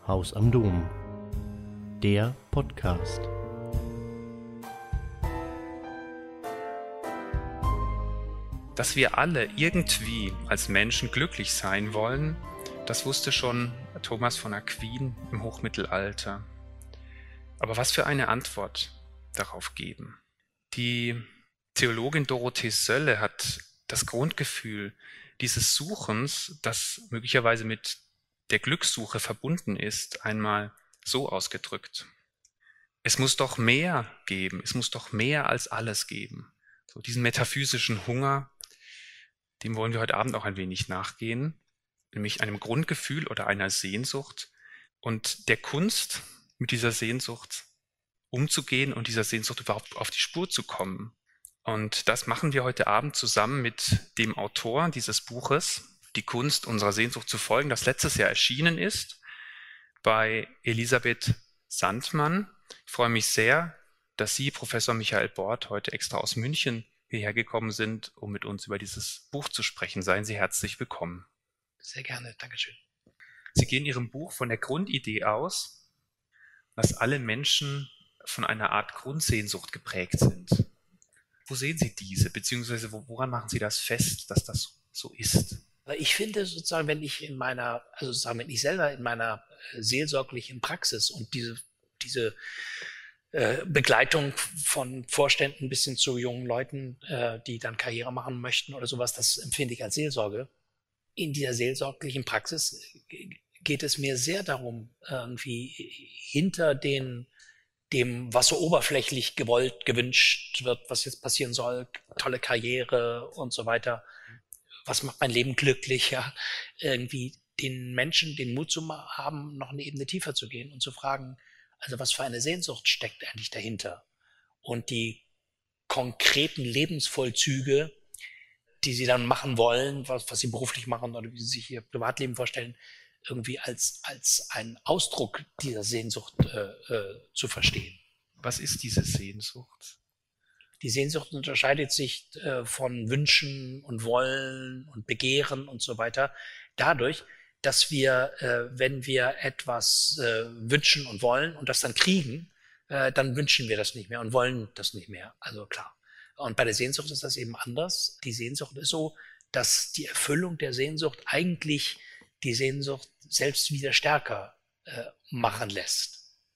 Haus am Dom. Der Podcast. Dass wir alle irgendwie als Menschen glücklich sein wollen, das wusste schon Thomas von Aquin im Hochmittelalter. Aber was für eine Antwort darauf geben? Die Theologin Dorothee Sölle hat das Grundgefühl dieses Suchens, das möglicherweise mit der Glückssuche verbunden ist, einmal so ausgedrückt: Es muss doch mehr geben, es muss doch mehr als alles geben. So diesen metaphysischen Hunger, dem wollen wir heute Abend auch ein wenig nachgehen, nämlich einem Grundgefühl oder einer Sehnsucht und der Kunst, mit dieser Sehnsucht umzugehen und dieser Sehnsucht überhaupt auf die Spur zu kommen. Und das machen wir heute Abend zusammen mit dem Autor dieses Buches, Die Kunst unserer Sehnsucht zu folgen, das letztes Jahr erschienen ist bei Elisabeth Sandmann. Ich freue mich sehr, dass Sie, Professor Michael Bort, heute extra aus München hierher gekommen sind, um mit uns über dieses Buch zu sprechen. Seien Sie herzlich willkommen. Sehr gerne, Dankeschön. Sie gehen in Ihrem Buch von der Grundidee aus, dass alle Menschen von einer Art Grundsehnsucht geprägt sind. Wo sehen Sie diese, beziehungsweise woran machen Sie das fest, dass das so ist? Ich finde sozusagen, wenn ich wenn ich selber in meiner seelsorglichen Praxis und diese Begleitung von Vorständen bis hin zu jungen Leuten, die dann Karriere machen möchten oder sowas, das empfinde ich als Seelsorge. In dieser seelsorglichen Praxis geht es mir sehr darum, irgendwie hinter dem, was so oberflächlich gewollt, gewünscht wird, was jetzt passieren soll, tolle Karriere und so weiter, was macht mein Leben glücklicher, irgendwie den Menschen den Mut zu haben, noch eine Ebene tiefer zu gehen und zu fragen, also was für eine Sehnsucht steckt eigentlich dahinter? Und die konkreten Lebensvollzüge, die sie dann machen wollen, was sie beruflich machen oder wie sie sich ihr Privatleben vorstellen, irgendwie als einen Ausdruck dieser Sehnsucht zu verstehen. Was ist diese Sehnsucht? Die Sehnsucht unterscheidet sich von Wünschen und Wollen und Begehren und so weiter dadurch, dass wir, wenn wir etwas wünschen und wollen und das dann kriegen, dann wünschen wir das nicht mehr und wollen das nicht mehr. Also klar. Und bei der Sehnsucht ist das eben anders. Die Sehnsucht ist so, dass die Erfüllung der Sehnsucht eigentlich die Sehnsucht selbst wieder stärker machen lässt.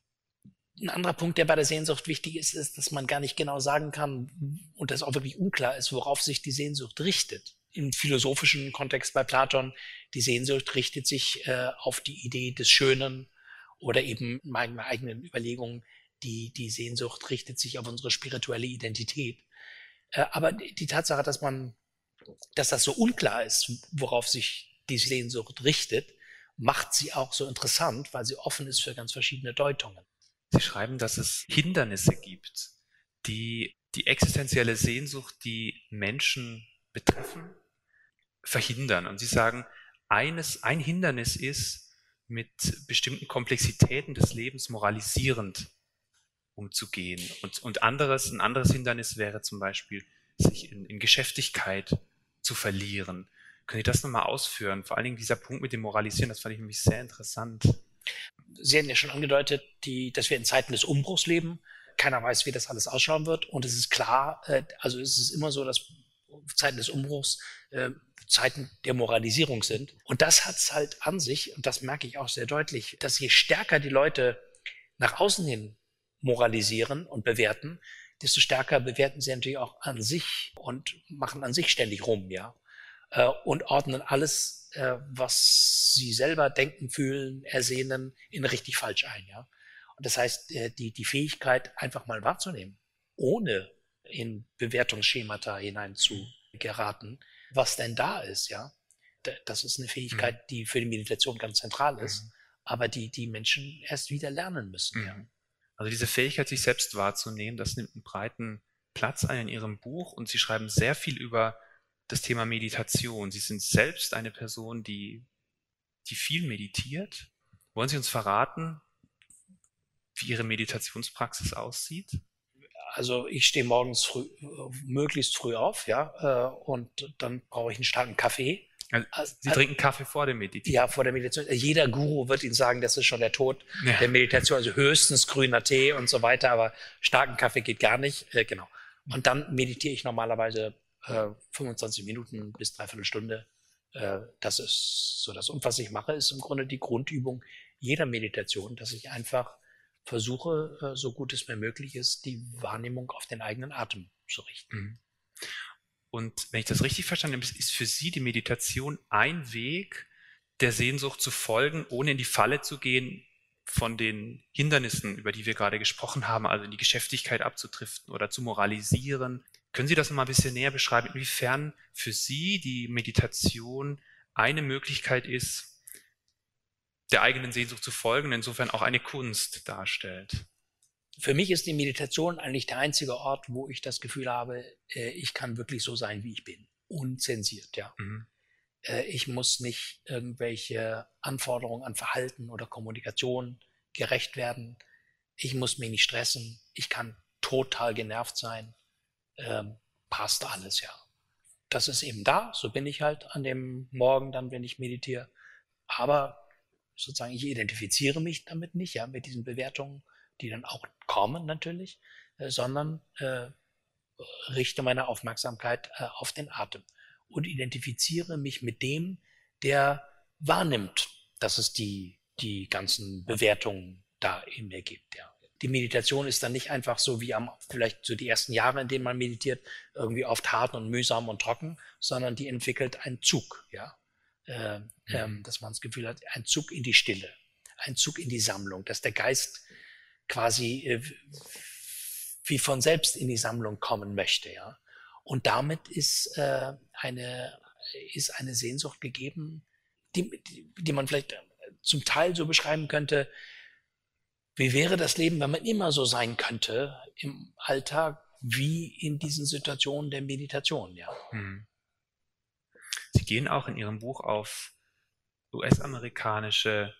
Ein anderer Punkt, der bei der Sehnsucht wichtig ist, ist, dass man gar nicht genau sagen kann und das auch wirklich unklar ist, worauf sich die Sehnsucht richtet. Im philosophischen Kontext bei Platon, die Sehnsucht richtet sich auf die Idee des Schönen oder eben in meinen eigenen Überlegungen, die Sehnsucht richtet sich auf unsere spirituelle Identität. Aber die Tatsache, dass das so unklar ist, worauf sich die Sehnsucht richtet, macht sie auch so interessant, weil sie offen ist für ganz verschiedene Deutungen. Sie schreiben, dass es Hindernisse gibt, die existenzielle Sehnsucht, die Menschen betreffen, verhindern. Und Sie sagen, ein Hindernis ist, mit bestimmten Komplexitäten des Lebens moralisierend umzugehen. Und ein anderes Hindernis wäre zum Beispiel, sich in Geschäftigkeit zu verlieren. Können Sie das nochmal ausführen? Vor allen Dingen dieser Punkt mit dem Moralisieren, das fand ich nämlich sehr interessant. Sie hatten ja schon angedeutet, dass wir in Zeiten des Umbruchs leben. Keiner weiß, wie das alles ausschauen wird. Und es ist klar, also es ist immer so, dass Zeiten des Umbruchs Zeiten der Moralisierung sind. Und das hat es halt an sich, und das merke ich auch sehr deutlich, dass je stärker die Leute nach außen hin moralisieren und bewerten, desto stärker bewerten sie natürlich auch an sich und machen an sich ständig rum, ja. Und ordnen alles, was sie selber denken, fühlen, ersehnen, in richtig falsch ein, ja. Und das heißt, die Fähigkeit, einfach mal wahrzunehmen, ohne in Bewertungsschemata hinein zu geraten, was denn da ist, ja. Das ist eine Fähigkeit, die für die Meditation ganz zentral ist, aber die Menschen erst wieder lernen müssen, ja. Also diese Fähigkeit, sich selbst wahrzunehmen, das nimmt einen breiten Platz ein in Ihrem Buch und Sie schreiben sehr viel über das Thema Meditation. Sie sind selbst eine Person, die viel meditiert. Wollen Sie uns verraten, wie Ihre Meditationspraxis aussieht? Also ich stehe morgens möglichst früh auf, ja, und dann brauche ich einen starken Kaffee Also, Sie trinken Kaffee vor der Meditation? Ja, vor der Meditation. Jeder Guru wird Ihnen sagen, das ist schon der Tod der Meditation, also höchstens grüner Tee und so weiter, aber starken Kaffee geht gar nicht. Genau. Und dann meditiere ich normalerweise 25 Minuten bis 3/4 Stunde. Das ist so das. Und was ich mache, ist im Grunde die Grundübung jeder Meditation, dass ich einfach versuche, so gut es mir möglich ist, die Wahrnehmung auf den eigenen Atem zu richten. Und wenn ich das richtig verstanden habe, ist für Sie die Meditation ein Weg, der Sehnsucht zu folgen, ohne in die Falle zu gehen von den Hindernissen, über die wir gerade gesprochen haben, also in die Geschäftigkeit abzudriften oder zu moralisieren. Können Sie das noch mal ein bisschen näher beschreiben, inwiefern für Sie die Meditation eine Möglichkeit ist, der eigenen Sehnsucht zu folgen, insofern auch eine Kunst darstellt? Für mich ist die Meditation eigentlich der einzige Ort, wo ich das Gefühl habe, ich kann wirklich so sein, wie ich bin. Unzensiert, ja. Ich muss nicht irgendwelche Anforderungen an Verhalten oder Kommunikation gerecht werden. Ich muss mich nicht stressen. Ich kann total genervt sein. Passt alles, ja. Das ist eben da. So bin ich halt an dem Morgen dann, wenn ich meditiere. Aber sozusagen, ich identifiziere mich damit nicht, ja, mit diesen Bewertungen, die dann auch kommen natürlich, sondern richte meine Aufmerksamkeit auf den Atem und identifiziere mich mit dem, der wahrnimmt, dass es die ganzen Bewertungen da in mir gibt. Ja. Die Meditation ist dann nicht einfach so wie vielleicht so die ersten Jahre, in denen man meditiert, irgendwie oft hart und mühsam und trocken, sondern die entwickelt einen Zug, ja, dass man das Gefühl hat, ein Zug in die Stille, ein Zug in die Sammlung, dass der Geist quasi wie von selbst in die Sammlung kommen möchte, ja. Und damit ist eine Sehnsucht gegeben, die man vielleicht zum Teil so beschreiben könnte: Wie wäre das Leben, wenn man immer so sein könnte im Alltag wie in diesen Situationen der Meditation, ja. Sie gehen auch in Ihrem Buch auf US-amerikanische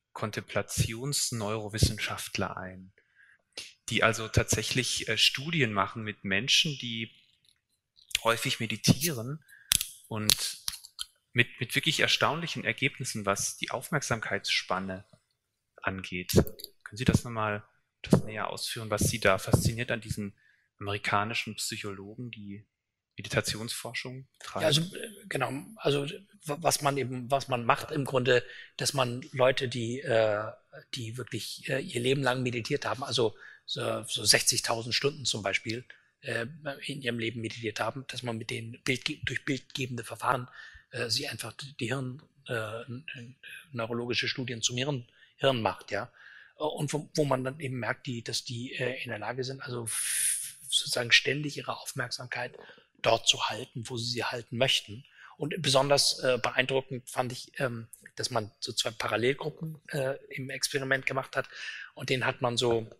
Kontemplationsneurowissenschaftler ein, die also tatsächlich Studien machen mit Menschen, die häufig meditieren und mit wirklich erstaunlichen Ergebnissen, was die Aufmerksamkeitsspanne angeht. Können Sie das nochmal etwas näher ausführen, was Sie da fasziniert an diesen amerikanischen Psychologen, die Meditationsforschung betreiben? Ja, also genau, also was man macht im Grunde, dass man Leute, die wirklich ihr Leben lang meditiert haben, also so 60.000 Stunden zum Beispiel in ihrem Leben meditiert haben, dass man mit denen durch bildgebende Verfahren sie einfach die neurologische Studien zum Hirn macht, ja, und wo man dann eben merkt, dass die in der Lage sind, also sozusagen ständig ihre Aufmerksamkeit dort zu halten, wo sie halten möchten. Und besonders beeindruckend fand ich, dass man so 2 Parallelgruppen im Experiment gemacht hat, und denen hat man so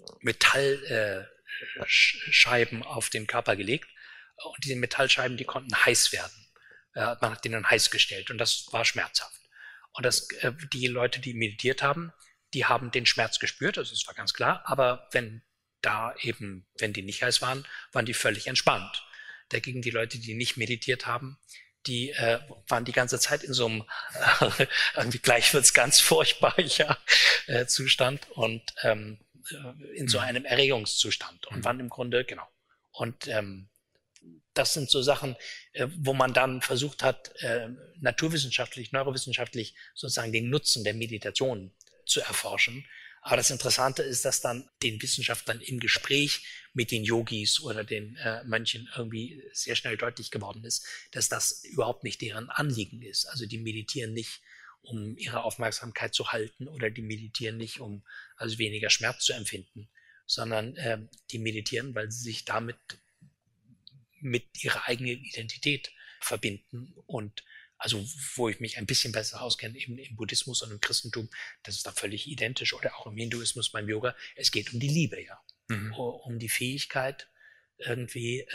Metallscheiben auf den Körper gelegt, und diese Metallscheiben, die konnten heiß werden. Man hat denen heiß gestellt, und das war schmerzhaft. Und die Leute, die meditiert haben, die haben den Schmerz gespürt, also das war ganz klar, aber wenn die nicht heiß waren, waren die völlig entspannt. Dagegen die Leute, die nicht meditiert haben, die waren die ganze Zeit in so einem irgendwie gleich wird's ganz furchtbar, ja, Zustand, und in so einem Erregungszustand, und waren im Grunde, genau. Und das sind so Sachen, wo man dann versucht hat, naturwissenschaftlich, neurowissenschaftlich sozusagen den Nutzen der Meditation zu erforschen. Aber das Interessante ist, dass dann den Wissenschaftlern im Gespräch mit den Yogis oder den Mönchen irgendwie sehr schnell deutlich geworden ist, dass das überhaupt nicht deren Anliegen ist. Also die meditieren nicht, um ihre Aufmerksamkeit zu halten, oder die meditieren nicht, um also weniger Schmerz zu empfinden, sondern die meditieren, weil sie sich damit mit ihrer eigenen Identität verbinden. Und also wo ich mich ein bisschen besser auskenne, eben im Buddhismus und im Christentum, das ist da völlig identisch, oder auch im Hinduismus, beim Yoga, es geht um die Liebe, ja. Um die Fähigkeit, irgendwie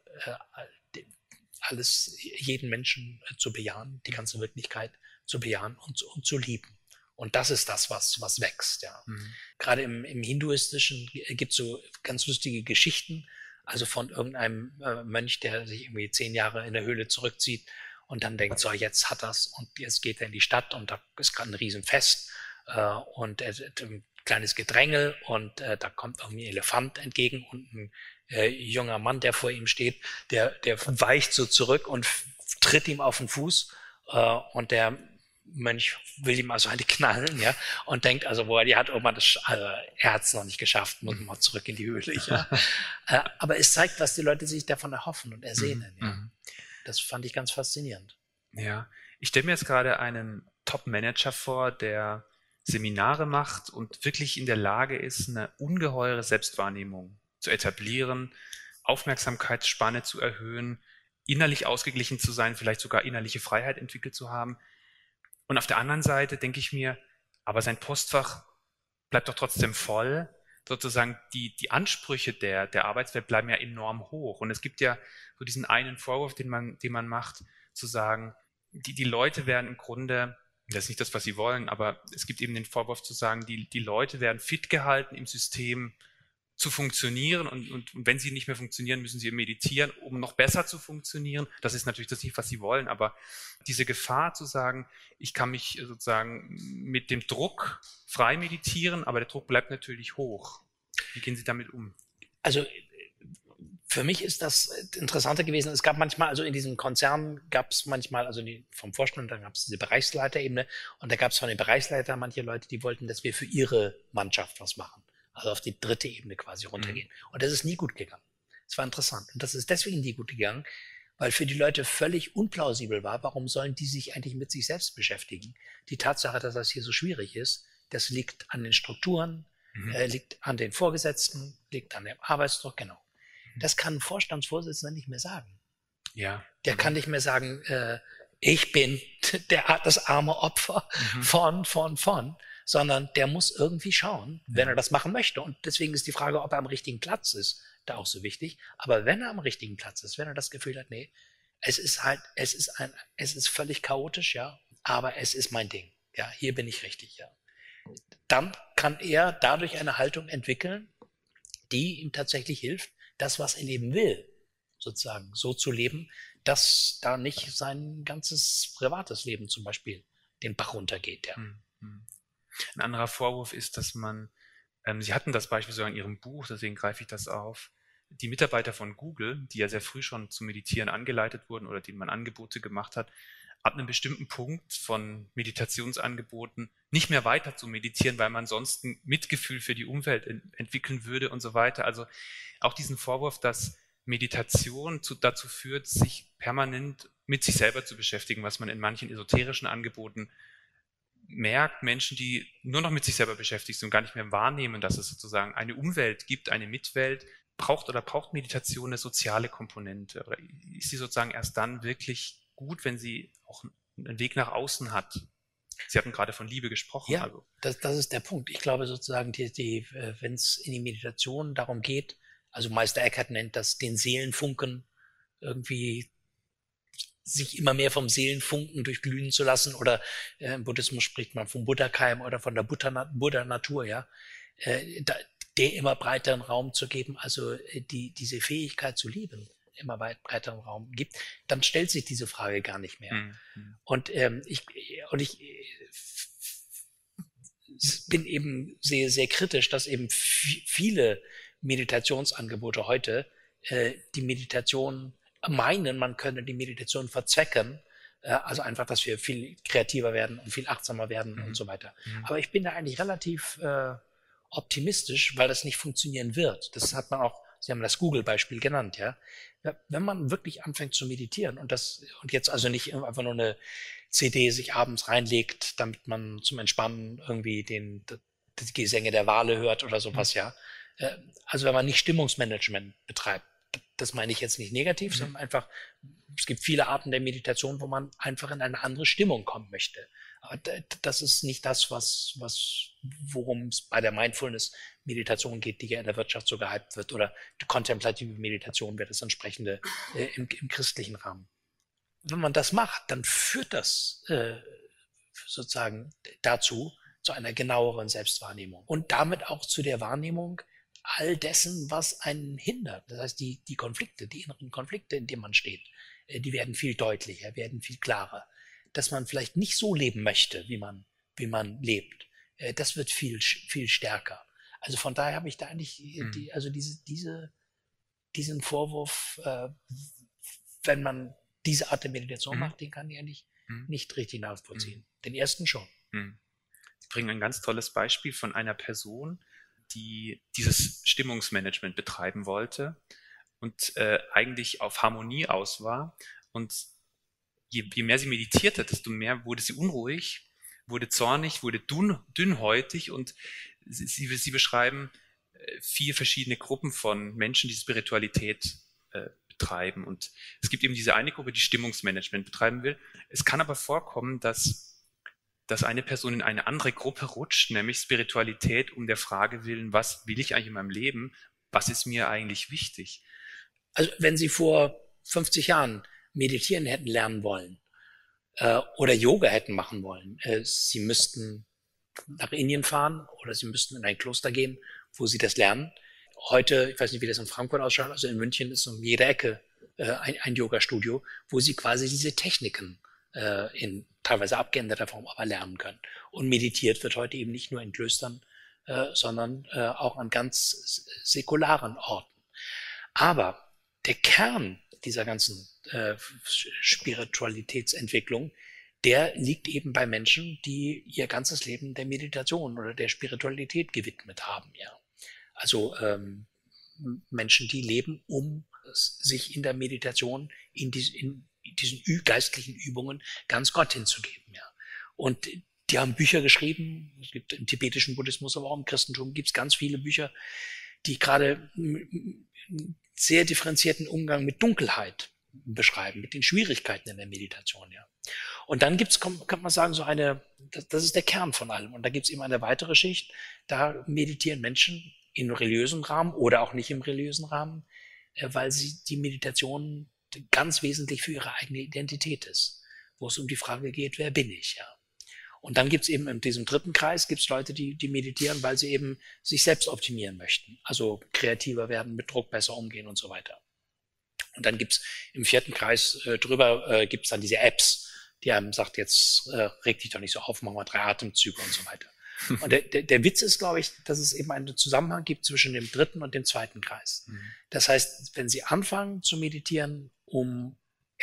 jeden Menschen zu bejahen, die ganze Wirklichkeit zu bejahen und zu lieben. Und das ist das, was wächst, ja. Gerade im Hinduistischen gibt es so ganz lustige Geschichten, also von irgendeinem Mönch, der sich irgendwie 10 Jahre in der Höhle zurückzieht und dann denkt, so, jetzt hat das und jetzt geht er in die Stadt und da ist gerade ein Riesenfest und ein kleines Gedränge und da kommt irgendwie ein Elefant entgegen und ein junger Mann, der vor ihm steht, der weicht so zurück und tritt ihm auf den Fuß und der Mönch will ihm also eine knallen, ja, und denkt also, die hat irgendwann er hat es noch nicht geschafft, muss mal zurück in die Höhle, ja. Aber es zeigt, was die Leute sich davon erhoffen und ersehnen, ja. Das fand ich ganz faszinierend. Ja, ich stelle mir jetzt gerade einen Top-Manager vor, der Seminare macht und wirklich in der Lage ist, eine ungeheure Selbstwahrnehmung zu etablieren, Aufmerksamkeitsspanne zu erhöhen, innerlich ausgeglichen zu sein, vielleicht sogar innerliche Freiheit entwickelt zu haben. Und auf der anderen Seite denke ich mir, aber sein Postfach bleibt doch trotzdem voll. Sozusagen die Ansprüche der Arbeitswelt bleiben ja enorm hoch. Und es gibt ja so diesen einen Vorwurf, den man macht, zu sagen, die Leute werden im Grunde, das ist nicht das, was sie wollen, aber es gibt eben den Vorwurf zu sagen, die Leute werden fit gehalten im System zu funktionieren und wenn sie nicht mehr funktionieren, müssen sie meditieren, um noch besser zu funktionieren. Das ist natürlich das nicht, was sie wollen, aber diese Gefahr zu sagen, ich kann mich sozusagen mit dem Druck frei meditieren, aber der Druck bleibt natürlich hoch. Wie gehen Sie damit um? Also für mich ist das interessanter gewesen. Es gab manchmal, also in diesem Konzern gab es manchmal, also vom Vorstand, dann gab es diese Bereichsleiterebene und da gab es von den Bereichsleitern manche Leute, die wollten, dass wir für ihre Mannschaft was machen. Also auf die dritte Ebene quasi runtergehen. Und das ist nie gut gegangen. Es war interessant. Und das ist deswegen nie gut gegangen, weil für die Leute völlig unplausibel war, warum sollen die sich eigentlich mit sich selbst beschäftigen? Die Tatsache, dass das hier so schwierig ist, das liegt an den Strukturen, liegt an den Vorgesetzten, liegt an dem Arbeitsdruck, genau. Das kann ein Vorstandsvorsitzender nicht mehr sagen. Ja. Der kann nicht mehr sagen, ich bin das arme Opfer von, sondern der muss irgendwie schauen, wenn er das machen möchte. Und deswegen ist die Frage, ob er am richtigen Platz ist, da auch so wichtig. Aber wenn er am richtigen Platz ist, wenn er das Gefühl hat, nee, es ist völlig chaotisch, ja, aber es ist mein Ding. Ja, hier bin ich richtig, ja. Dann kann er dadurch eine Haltung entwickeln, die ihm tatsächlich hilft, das, was er leben will, sozusagen so zu leben, dass da nicht sein ganzes privates Leben zum Beispiel den Bach runtergeht, ja. Ein anderer Vorwurf ist, dass Sie hatten das Beispiel sogar in Ihrem Buch, deswegen greife ich das auf, die Mitarbeiter von Google, die ja sehr früh schon zum Meditieren angeleitet wurden oder denen man Angebote gemacht hat, ab einem bestimmten Punkt von Meditationsangeboten nicht mehr weiter zu meditieren, weil man sonst ein Mitgefühl für die Umwelt entwickeln würde und so weiter. Also auch diesen Vorwurf, dass Meditation dazu führt, sich permanent mit sich selber zu beschäftigen, was man in manchen esoterischen Angeboten merkt, Menschen, die nur noch mit sich selber beschäftigt sind und gar nicht mehr wahrnehmen, dass es sozusagen eine Umwelt gibt, eine Mitwelt, braucht Meditation eine soziale Komponente? Oder ist sie sozusagen erst dann wirklich gut, wenn sie auch einen Weg nach außen hat? Sie hatten gerade von Liebe gesprochen. Ja, also. Das ist der Punkt. Ich glaube sozusagen, wenn es in die Meditation darum geht, also Meister Eckhart nennt das den Seelenfunken, irgendwie sich immer mehr vom Seelenfunken durchglühen zu lassen, oder im Buddhismus spricht man vom Buddhakeim oder von der Buddha-Natur, ja, der immer breiteren Raum zu geben, also diese Fähigkeit zu lieben, immer breiteren Raum gibt, dann stellt sich diese Frage gar nicht mehr. Und ich bin eben sehr, sehr kritisch, dass eben viele Meditationsangebote heute die Meditation meinen, man könne die Meditation verzwecken, also einfach, dass wir viel kreativer werden und viel achtsamer werden und so weiter. Aber ich bin da eigentlich relativ optimistisch, weil das nicht funktionieren wird. Das hat man auch, Sie haben das Google-Beispiel genannt, ja. Wenn man wirklich anfängt zu meditieren und jetzt also nicht einfach nur eine CD sich abends reinlegt, damit man zum Entspannen irgendwie die Gesänge der Wale hört oder sowas, ja. Also wenn man nicht Stimmungsmanagement betreibt, das meine ich jetzt nicht negativ, sondern einfach, es gibt viele Arten der Meditation, wo man einfach in eine andere Stimmung kommen möchte. Aber das ist nicht das, worum es bei der Mindfulness-Meditation geht, die ja in der Wirtschaft so gehypt wird, oder die kontemplative Meditation wäre das entsprechende im christlichen Rahmen. Wenn man das macht, dann führt das sozusagen dazu, zu einer genaueren Selbstwahrnehmung und damit auch zu der Wahrnehmung all dessen, was einen hindert. Das heißt, die Konflikte, die inneren Konflikte, in denen man steht, die werden viel deutlicher, werden viel klarer. Dass man vielleicht nicht so leben möchte, wie man lebt, das wird viel stärker. Also von daher habe ich da eigentlich diesen Vorwurf, wenn man diese Art der Meditation macht, den kann ich eigentlich nicht richtig nachvollziehen. Den ersten schon. Sie bringen ein ganz tolles Beispiel von einer Person, die dieses Stimmungsmanagement betreiben wollte und eigentlich auf Harmonie aus war. Und je mehr sie meditierte, desto mehr wurde sie unruhig, wurde zornig, wurde dünnhäutig. Und sie beschreiben 4 verschiedene Gruppen von Menschen, die Spiritualität betreiben. Und es gibt eben diese eine Gruppe, die Stimmungsmanagement betreiben will. Es kann aber vorkommen, dass eine Person in eine andere Gruppe rutscht, nämlich Spiritualität um der Frage willen, was will ich eigentlich in meinem Leben? Was ist mir eigentlich wichtig? Also wenn Sie vor 50 Jahren meditieren hätten lernen wollen oder Yoga hätten machen wollen, Sie müssten nach Indien fahren oder Sie müssten in ein Kloster gehen, wo Sie das lernen. Heute, ich weiß nicht, wie das in Frankfurt ausschaut, also in München ist um jede Ecke ein Yoga-Studio, wo Sie quasi diese Techniken in teilweise abgeänderter Form aber lernen können. Und meditiert wird heute eben nicht nur in Klöstern, sondern auch an ganz säkularen Orten. Aber der Kern dieser ganzen Spiritualitätsentwicklung, der liegt eben bei Menschen, die ihr ganzes Leben der Meditation oder der Spiritualität gewidmet haben. Ja. Also Menschen, die leben, um sich in der Meditation, in diesen geistlichen Übungen ganz Gott hinzugeben. Ja. Und die haben Bücher geschrieben, es gibt im tibetischen Buddhismus, aber auch im Christentum gibt es ganz viele Bücher, die gerade sehr differenzierten Umgang mit Dunkelheit beschreiben, mit den Schwierigkeiten in der Meditation. Ja. Und dann kann man sagen, das ist der Kern von allem. Und da gibt es eben eine weitere Schicht, da meditieren Menschen im religiösen Rahmen oder auch nicht im religiösen Rahmen, weil sie die Meditation ganz wesentlich für ihre eigene Identität ist, wo es um die Frage geht, wer bin ich? Ja. Und dann gibt es eben in diesem dritten Kreis gibt's Leute, die meditieren, weil sie eben sich selbst optimieren möchten, also kreativer werden, mit Druck besser umgehen und so weiter. Und dann gibt's im vierten Kreis gibt's dann diese Apps, die einem sagt, jetzt reg dich doch nicht so auf, mach mal 3 Atemzüge und so weiter. Und der Witz ist, glaube ich, dass es eben einen Zusammenhang gibt zwischen dem dritten und dem zweiten Kreis. Das heißt, wenn Sie anfangen zu meditieren, um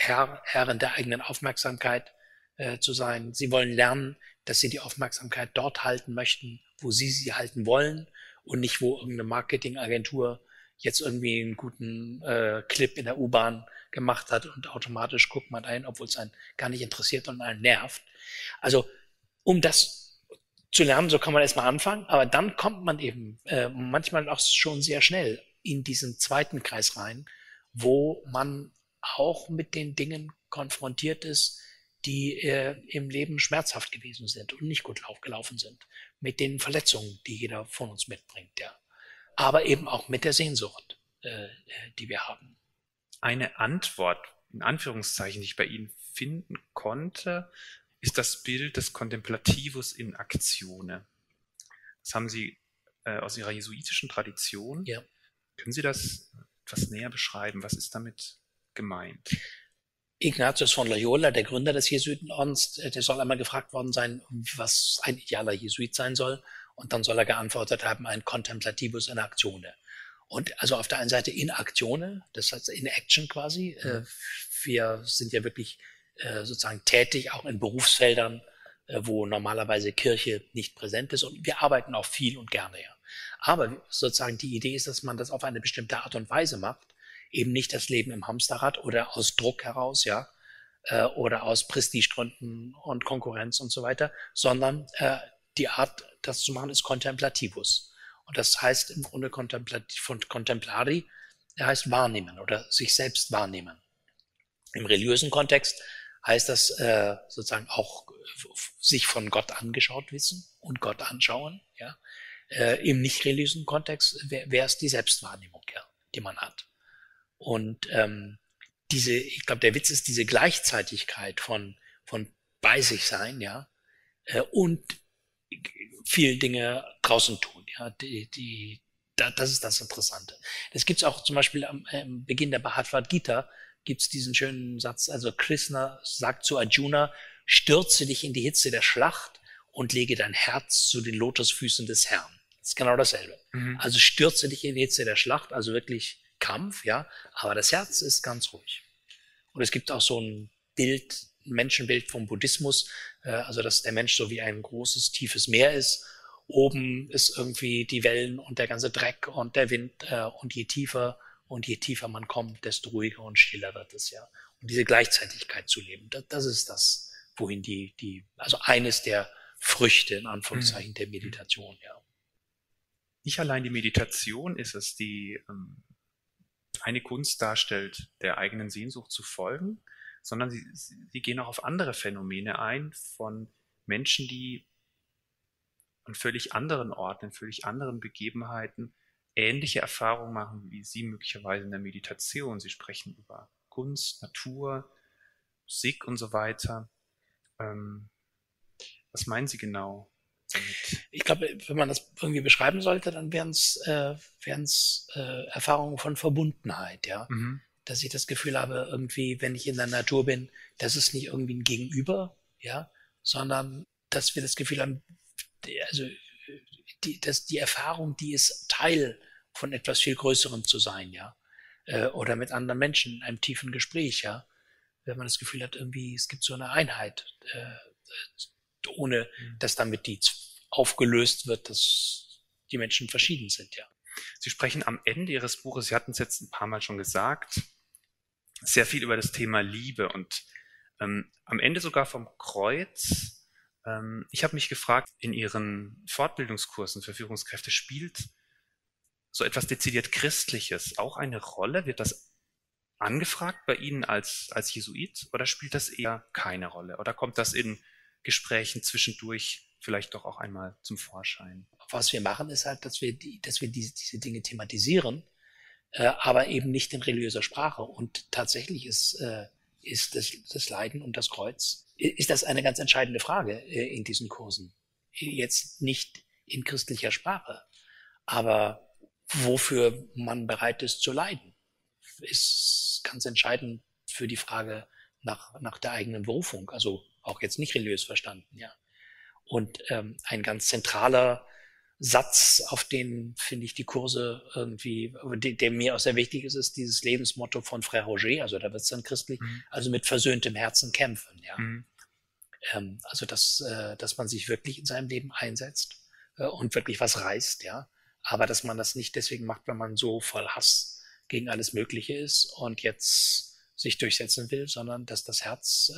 Herrin der eigenen Aufmerksamkeit zu sein, Sie wollen lernen, dass Sie die Aufmerksamkeit dort halten möchten, wo Sie sie halten wollen und nicht, wo irgendeine Marketingagentur jetzt irgendwie einen guten Clip in der U-Bahn gemacht hat und automatisch guckt man ein, obwohl es einen gar nicht interessiert und einen nervt. Also um das zu lernen, so kann man erstmal anfangen, aber dann kommt man eben manchmal auch schon sehr schnell in diesen zweiten Kreis rein, wo man auch mit den Dingen konfrontiert ist, die im Leben schmerzhaft gewesen sind und nicht gut gelaufen sind, mit den Verletzungen, die jeder von uns mitbringt, ja. Aber eben auch mit der Sehnsucht, die wir haben. Eine Antwort, in Anführungszeichen, die ich bei Ihnen finden konnte, ist das Bild des Contemplativus in Actione. Das haben Sie aus Ihrer jesuitischen Tradition. Ja. Können Sie das etwas näher beschreiben? Was ist damit gemeint? Ignatius von Loyola, der Gründer des Jesuitenordens, der soll einmal gefragt worden sein, was ein idealer Jesuit sein soll. Und dann soll er geantwortet haben, ein Contemplativus in Actione. Und also auf der einen Seite in Actione, das heißt in Action quasi. Wir sind ja wirklich sozusagen tätig, auch in Berufsfeldern, wo normalerweise Kirche nicht präsent ist. Und wir arbeiten auch viel und gerne. Ja. Aber sozusagen die Idee ist, dass man das auf eine bestimmte Art und Weise macht. Eben nicht das Leben im Hamsterrad oder aus Druck heraus, ja, oder aus Prestigegründen und Konkurrenz und so weiter, sondern die Art, das zu machen, ist Contemplativus. Und das heißt im Grunde von Contemplari, der heißt wahrnehmen oder sich selbst wahrnehmen. Im religiösen Kontext heißt das sozusagen auch sich von Gott angeschaut wissen und Gott anschauen. Ja. Im nicht religiösen Kontext wäre es die Selbstwahrnehmung, ja, die man hat. Und ich glaube, der Witz ist diese Gleichzeitigkeit von bei sich sein, ja, und viel Dinge draußen tun, ja, das ist das Interessante. Das gibt's auch zum Beispiel am Beginn der Bhagavad Gita, gibt's diesen schönen Satz, also Krishna sagt zu Arjuna, stürze dich in die Hitze der Schlacht und lege dein Herz zu den Lotusfüßen des Herrn. Das ist genau dasselbe. Also stürze dich in die Hitze der Schlacht, also wirklich Kampf, ja, aber das Herz ist ganz ruhig. Und es gibt auch so ein Bild, ein Menschenbild vom Buddhismus, also dass der Mensch so wie ein großes, tiefes Meer ist. Oben ist irgendwie die Wellen und der ganze Dreck und der Wind, und je tiefer man kommt, desto ruhiger und stiller wird es, ja. Und diese Gleichzeitigkeit zu leben, das ist das, wohin also eines der Früchte, in Anführungszeichen, der Meditation, ja. Nicht allein die Meditation ist es, die eine Kunst darstellt, der eigenen Sehnsucht zu folgen, sondern sie gehen auch auf andere Phänomene ein von Menschen, die an völlig anderen Orten, in völlig anderen Begebenheiten ähnliche Erfahrungen machen, wie Sie möglicherweise in der Meditation. Sie sprechen über Kunst, Natur, Musik und so weiter. Was meinen Sie genau damit? Ich glaube, wenn man das irgendwie beschreiben sollte, dann wären es Erfahrungen von Verbundenheit, ja. Dass ich das Gefühl habe, irgendwie, wenn ich in der Natur bin, das ist nicht irgendwie ein Gegenüber, ja, sondern dass wir das Gefühl haben, dass die Erfahrung, die ist Teil von etwas viel Größerem zu sein, ja, oder mit anderen Menschen in einem tiefen Gespräch, ja, wenn man das Gefühl hat, irgendwie, es gibt so eine Einheit, ohne dass damit die aufgelöst wird, dass die Menschen verschieden sind, ja. Sie sprechen am Ende Ihres Buches, Sie hatten es jetzt ein paar Mal schon gesagt, sehr viel über das Thema Liebe und am Ende sogar vom Kreuz. Ich habe mich gefragt, in Ihren Fortbildungskursen für Führungskräfte spielt so etwas dezidiert Christliches auch eine Rolle? Wird das angefragt bei Ihnen als Jesuit oder spielt das eher keine Rolle? Oder kommt das in Gesprächen zwischendurch vielleicht doch auch einmal zum Vorschein? Was wir machen, ist halt, dass wir diese Dinge thematisieren, aber eben nicht in religiöser Sprache. Und tatsächlich ist das Leiden und das Kreuz, ist das eine ganz entscheidende Frage in diesen Kursen. Jetzt nicht in christlicher Sprache, aber wofür man bereit ist zu leiden, ist ganz entscheidend für die Frage nach der eigenen Berufung. Also auch jetzt nicht religiös verstanden, ja. Und ein ganz zentraler Satz, auf den, finde ich, die Kurse irgendwie, der mir auch sehr wichtig ist, ist dieses Lebensmotto von Frère Roger, also da wird es dann christlich, also mit versöhntem Herzen kämpfen, ja. Also dass man sich wirklich in seinem Leben einsetzt und wirklich was reißt, ja. Aber dass man das nicht deswegen macht, wenn man so voll Hass gegen alles Mögliche ist und jetzt sich durchsetzen will, sondern dass das Herz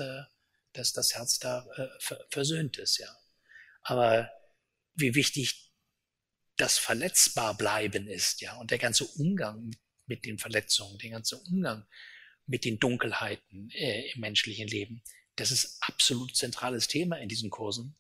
da versöhnt ist, ja. Aber wie wichtig das Verletzbarbleiben ist, ja, und der ganze Umgang mit den Verletzungen, der ganze Umgang mit den Dunkelheiten im menschlichen Leben, das ist absolut zentrales Thema in diesen Kursen,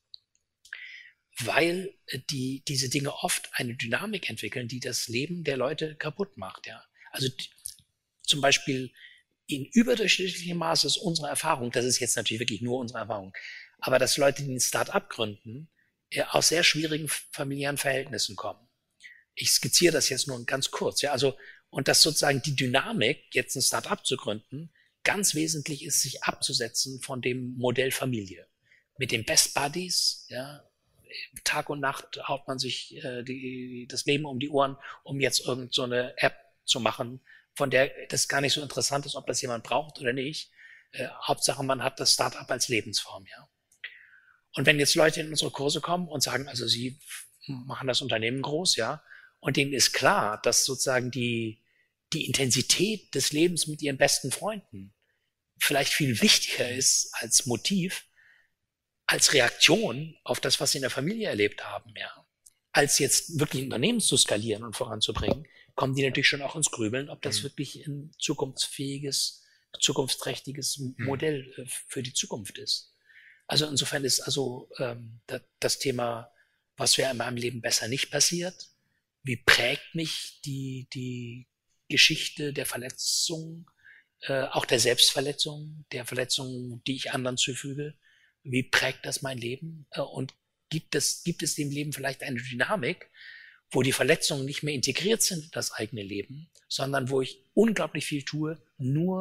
weil diese Dinge oft eine Dynamik entwickeln, die das Leben der Leute kaputt macht, ja. Also zum Beispiel in überdurchschnittlichem Maße ist unsere Erfahrung, das ist jetzt natürlich wirklich nur unsere Erfahrung, aber dass Leute, die ein Start-up gründen, aus sehr schwierigen familiären Verhältnissen kommen. Ich skizziere das jetzt nur ganz kurz, ja, also, und dass sozusagen die Dynamik, jetzt ein Start-up zu gründen, ganz wesentlich ist, sich abzusetzen von dem Modell Familie. Mit den Best Buddies, ja, Tag und Nacht haut man sich das Leben um die Ohren, um jetzt irgend so eine App zu machen, von der das gar nicht so interessant ist, ob das jemand braucht oder nicht. Hauptsache, man hat das Start-up als Lebensform, ja. Und wenn jetzt Leute in unsere Kurse kommen und sagen, also sie machen das Unternehmen groß, ja, und denen ist klar, dass sozusagen die Intensität des Lebens mit ihren besten Freunden vielleicht viel wichtiger ist als Motiv, als Reaktion auf das, was sie in der Familie erlebt haben, ja, als jetzt wirklich ein Unternehmen zu skalieren und voranzubringen, kommen die natürlich schon auch ins Grübeln, ob das wirklich ein zukunftsfähiges, zukunftsträchtiges Modell für die Zukunft ist. Also insofern ist das Thema, was wäre in meinem Leben besser nicht passiert, wie prägt mich die Geschichte der Verletzung, auch der Selbstverletzung, der Verletzung, die ich anderen zufüge, wie prägt das mein Leben und gibt es dem Leben vielleicht eine Dynamik, wo die Verletzungen nicht mehr integriert sind in das eigene Leben, sondern wo ich unglaublich viel tue, nur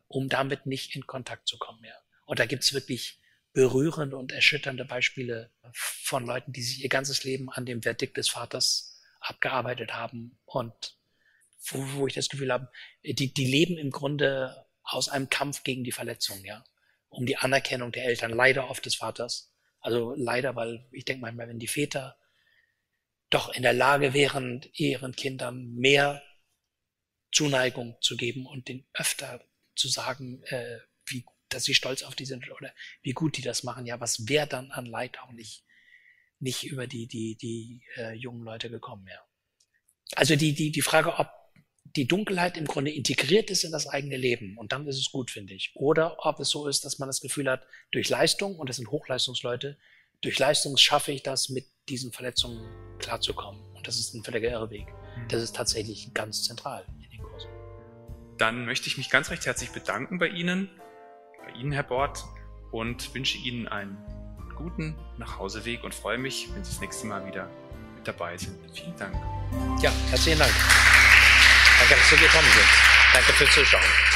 um damit nicht in Kontakt zu kommen. Ja. Und da gibt's wirklich berührende und erschütternde Beispiele von Leuten, die sich ihr ganzes Leben an dem Verdikt des Vaters abgearbeitet haben und wo ich das Gefühl habe, die leben im Grunde aus einem Kampf gegen die Verletzung, ja, um die Anerkennung der Eltern, leider oft des Vaters. Also leider, weil ich denke manchmal, wenn die Väter doch in der Lage wären, ihren Kindern mehr Zuneigung zu geben und denen öfter zu sagen, dass sie stolz auf die sind oder wie gut die das machen, ja, was wäre dann an Leid auch nicht über die jungen Leute gekommen, ja. Also die Frage, ob die Dunkelheit im Grunde integriert ist in das eigene Leben und dann ist es gut, finde ich. Oder ob es so ist, dass man das Gefühl hat, durch Leistung, und das sind Hochleistungsleute, durch Leistung schaffe ich das, mit diesen Verletzungen klarzukommen. Und das ist ein völliger Irrweg. Das ist tatsächlich ganz zentral in den Kursen. Dann möchte ich mich ganz recht herzlich bedanken bei Ihnen, Herr Bort, und wünsche Ihnen einen guten Nachhauseweg und freue mich, wenn Sie das nächste Mal wieder mit dabei sind. Vielen Dank. Ja, herzlichen Dank. Danke, dass Sie gekommen sind. Danke fürs Zuschauen.